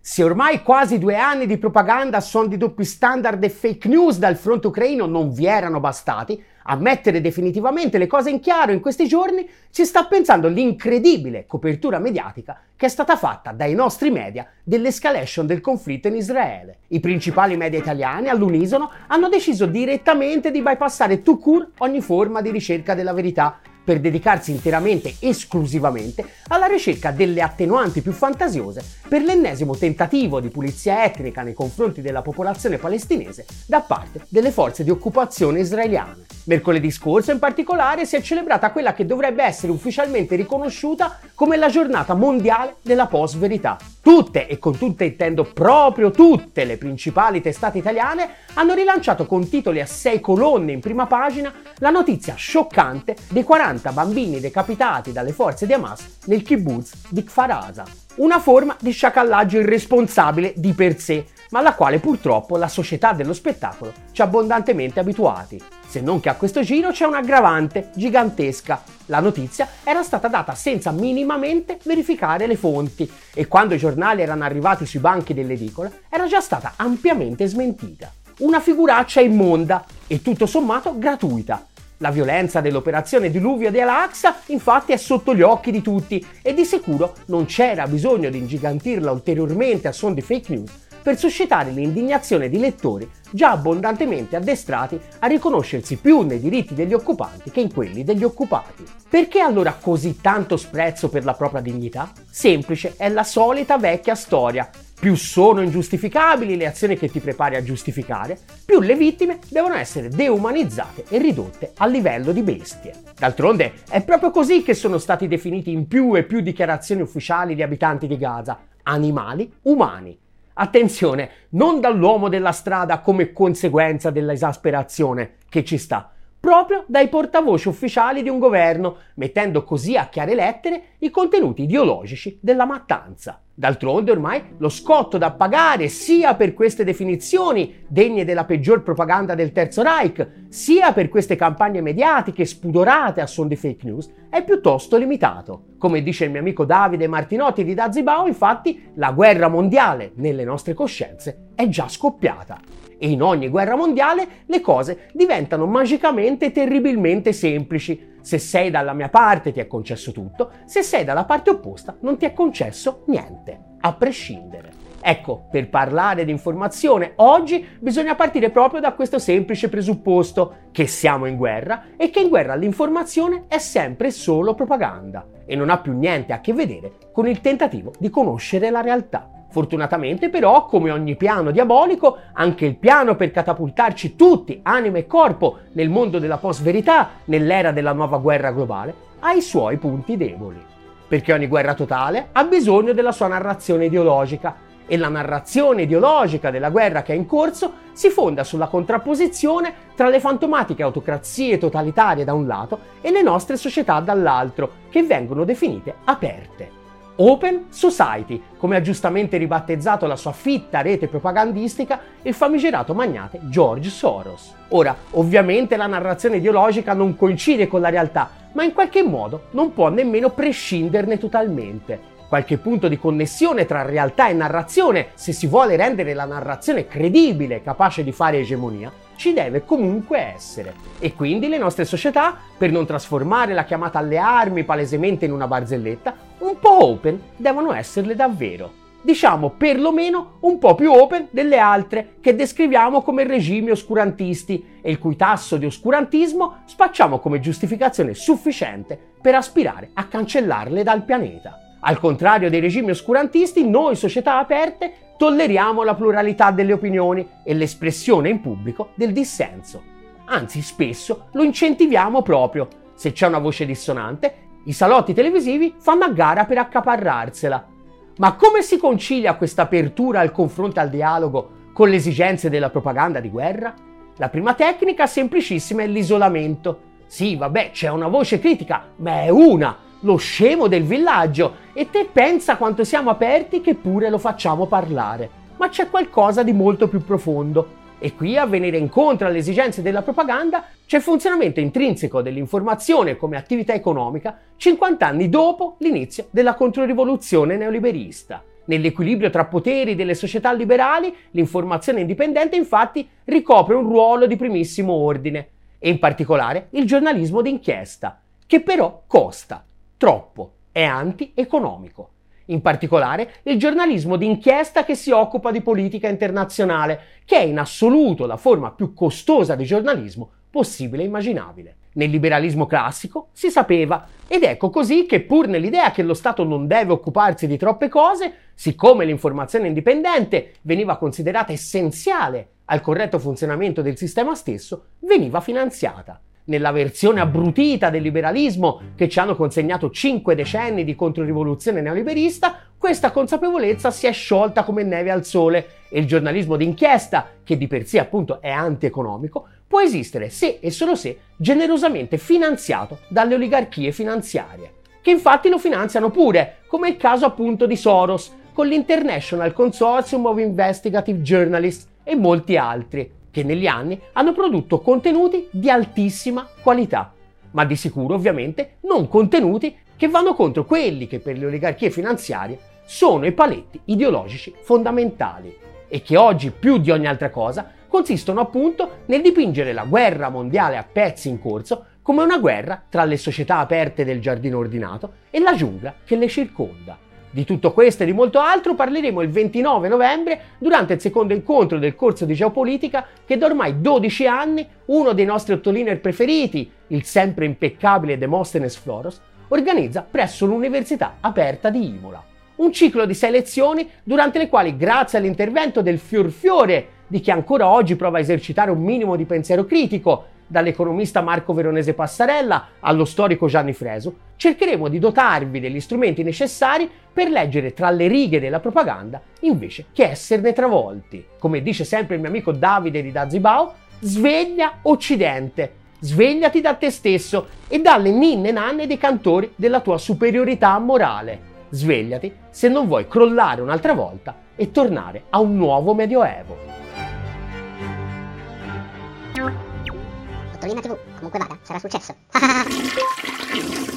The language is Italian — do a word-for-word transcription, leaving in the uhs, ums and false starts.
Se ormai quasi due anni di propaganda a suon di doppi standard e fake news dal fronte ucraino non vi erano bastati, a mettere definitivamente le cose in chiaro in questi giorni ci sta pensando l'incredibile copertura mediatica che è stata fatta dai nostri media dell'escalation del conflitto in Israele. I principali media italiani all'unisono hanno deciso direttamente di bypassare tout court ogni forma di ricerca della verità per dedicarsi interamente, esclusivamente, alla ricerca delle attenuanti più fantasiose per l'ennesimo tentativo di pulizia etnica nei confronti della popolazione palestinese da parte delle forze di occupazione israeliane. Mercoledì scorso in particolare si è celebrata quella che dovrebbe essere ufficialmente riconosciuta come la giornata mondiale della post-verità. Tutte, e con tutte intendo proprio tutte, le principali testate italiane hanno rilanciato con titoli a sei colonne in prima pagina la notizia scioccante dei quaranta bambini decapitati dalle forze di Hamas nel kibbutz di Kfar Aza. Una forma di sciacallaggio irresponsabile di per sé, ma alla quale purtroppo la società dello spettacolo ci ha abbondantemente abituati. Se non che a questo giro c'è un'aggravante gigantesca. La notizia era stata data senza minimamente verificare le fonti e quando i giornali erano arrivati sui banchi delle edicole era già stata ampiamente smentita. Una figuraccia immonda e tutto sommato gratuita. La violenza dell'operazione diluvio di Al-Aqsa infatti è sotto gli occhi di tutti e di sicuro non c'era bisogno di ingigantirla ulteriormente a suon di fake news per suscitare l'indignazione di lettori già abbondantemente addestrati a riconoscersi più nei diritti degli occupanti che in quelli degli occupati. Perché allora così tanto sprezzo per la propria dignità? Semplice, è la solita vecchia storia. Più sono ingiustificabili le azioni che ti prepari a giustificare, più le vittime devono essere deumanizzate e ridotte a livello di bestie. D'altronde è proprio così che sono stati definiti in più e più dichiarazioni ufficiali gli abitanti di Gaza: animali umani. Attenzione, non dall'uomo della strada come conseguenza dell'esasperazione che ci sta, proprio dai portavoce ufficiali di un governo, mettendo così a chiare lettere i contenuti ideologici della mattanza. D'altronde ormai lo scotto da pagare sia per queste definizioni degne della peggior propaganda del Terzo Reich, sia per queste campagne mediatiche spudorate a suon di fake news, è piuttosto limitato. Come dice il mio amico Davide Martinotti di Dazibao, infatti, la guerra mondiale nelle nostre coscienze è già scoppiata. E in ogni guerra mondiale le cose diventano magicamente e terribilmente semplici. Se sei dalla mia parte ti è concesso tutto, se sei dalla parte opposta non ti è concesso niente, a prescindere. Ecco, per parlare di informazione oggi bisogna partire proprio da questo semplice presupposto, che siamo in guerra e che in guerra l'informazione è sempre solo propaganda e non ha più niente a che vedere con il tentativo di conoscere la realtà. Fortunatamente però, come ogni piano diabolico, anche il piano per catapultarci tutti, anima e corpo, nel mondo della post-verità, nell'era della nuova guerra globale, ha i suoi punti deboli. Perché ogni guerra totale ha bisogno della sua narrazione ideologica e la narrazione ideologica della guerra che è in corso si fonda sulla contrapposizione tra le fantomatiche autocrazie totalitarie da un lato e le nostre società dall'altro, che vengono definite aperte. Open Society, come ha giustamente ribattezzato la sua fitta rete propagandistica il famigerato magnate George Soros. Ora, ovviamente la narrazione ideologica non coincide con la realtà, ma in qualche modo non può nemmeno prescinderne totalmente. Qualche punto di connessione tra realtà e narrazione, se si vuole rendere la narrazione credibile e capace di fare egemonia, ci deve comunque essere. E quindi le nostre società, per non trasformare la chiamata alle armi palesemente in una barzelletta, un po' open devono esserle davvero. Diciamo perlomeno un po' più open delle altre che descriviamo come regimi oscurantisti e il cui tasso di oscurantismo spacciamo come giustificazione sufficiente per aspirare a cancellarle dal pianeta. Al contrario dei regimi oscurantisti, noi società aperte tolleriamo la pluralità delle opinioni e l'espressione in pubblico del dissenso. Anzi, spesso lo incentiviamo proprio. Se c'è una voce dissonante, i salotti televisivi fanno a gara per accaparrarsela. Ma come si concilia questa apertura al confronto e al dialogo con le esigenze della propaganda di guerra? La prima tecnica semplicissima è l'isolamento. Sì, vabbè, c'è una voce critica, ma è una! Lo scemo del villaggio, e te pensa quanto siamo aperti che pure lo facciamo parlare. Ma c'è qualcosa di molto più profondo. E qui a venire incontro alle esigenze della propaganda c'è il funzionamento intrinseco dell'informazione come attività economica cinquanta anni dopo l'inizio della controrivoluzione neoliberista. Nell'equilibrio tra poteri delle società liberali, l'informazione indipendente infatti ricopre un ruolo di primissimo ordine, e in particolare il giornalismo d'inchiesta, che però costa troppo, è anti-economico. In particolare il giornalismo d'inchiesta che si occupa di politica internazionale, che è in assoluto la forma più costosa di giornalismo possibile e immaginabile. Nel liberalismo classico si sapeva, ed ecco così che pur nell'idea che lo Stato non deve occuparsi di troppe cose, siccome l'informazione indipendente veniva considerata essenziale al corretto funzionamento del sistema stesso, veniva finanziata. Nella versione abbrutita del liberalismo che ci hanno consegnato cinque decenni di controrivoluzione neoliberista, questa consapevolezza si è sciolta come neve al sole e il giornalismo d'inchiesta, che di per sé appunto è antieconomico, può esistere se e solo se generosamente finanziato dalle oligarchie finanziarie, che infatti lo finanziano pure, come il caso appunto di Soros, con l'International Consortium of Investigative Journalists e molti altri, che negli anni hanno prodotto contenuti di altissima qualità, ma di sicuro ovviamente non contenuti che vanno contro quelli che per le oligarchie finanziarie sono i paletti ideologici fondamentali e che oggi più di ogni altra cosa consistono appunto nel dipingere la guerra mondiale a pezzi in corso come una guerra tra le società aperte del giardino ordinato e la giungla che le circonda. Di tutto questo e di molto altro parleremo il ventinove novembre durante il secondo incontro del corso di geopolitica che da ormai dodici anni uno dei nostri ottoliner preferiti, il sempre impeccabile Demostenes Floros, organizza presso l'Università Aperta di Imola. Un ciclo di sei lezioni durante le quali, grazie all'intervento del fior fiore di chi ancora oggi prova a esercitare un minimo di pensiero critico, dall'economista Marco Veronese Passarella allo storico Gianni Fresu, cercheremo di dotarvi degli strumenti necessari per leggere tra le righe della propaganda invece che esserne travolti. Come dice sempre il mio amico Davide di Dazibao, sveglia Occidente, svegliati da te stesso e dalle ninne nanne dei cantori della tua superiorità morale. Svegliati se non vuoi crollare un'altra volta e tornare a un nuovo medioevo. Ottolina tivù, comunque vada, sarà successo.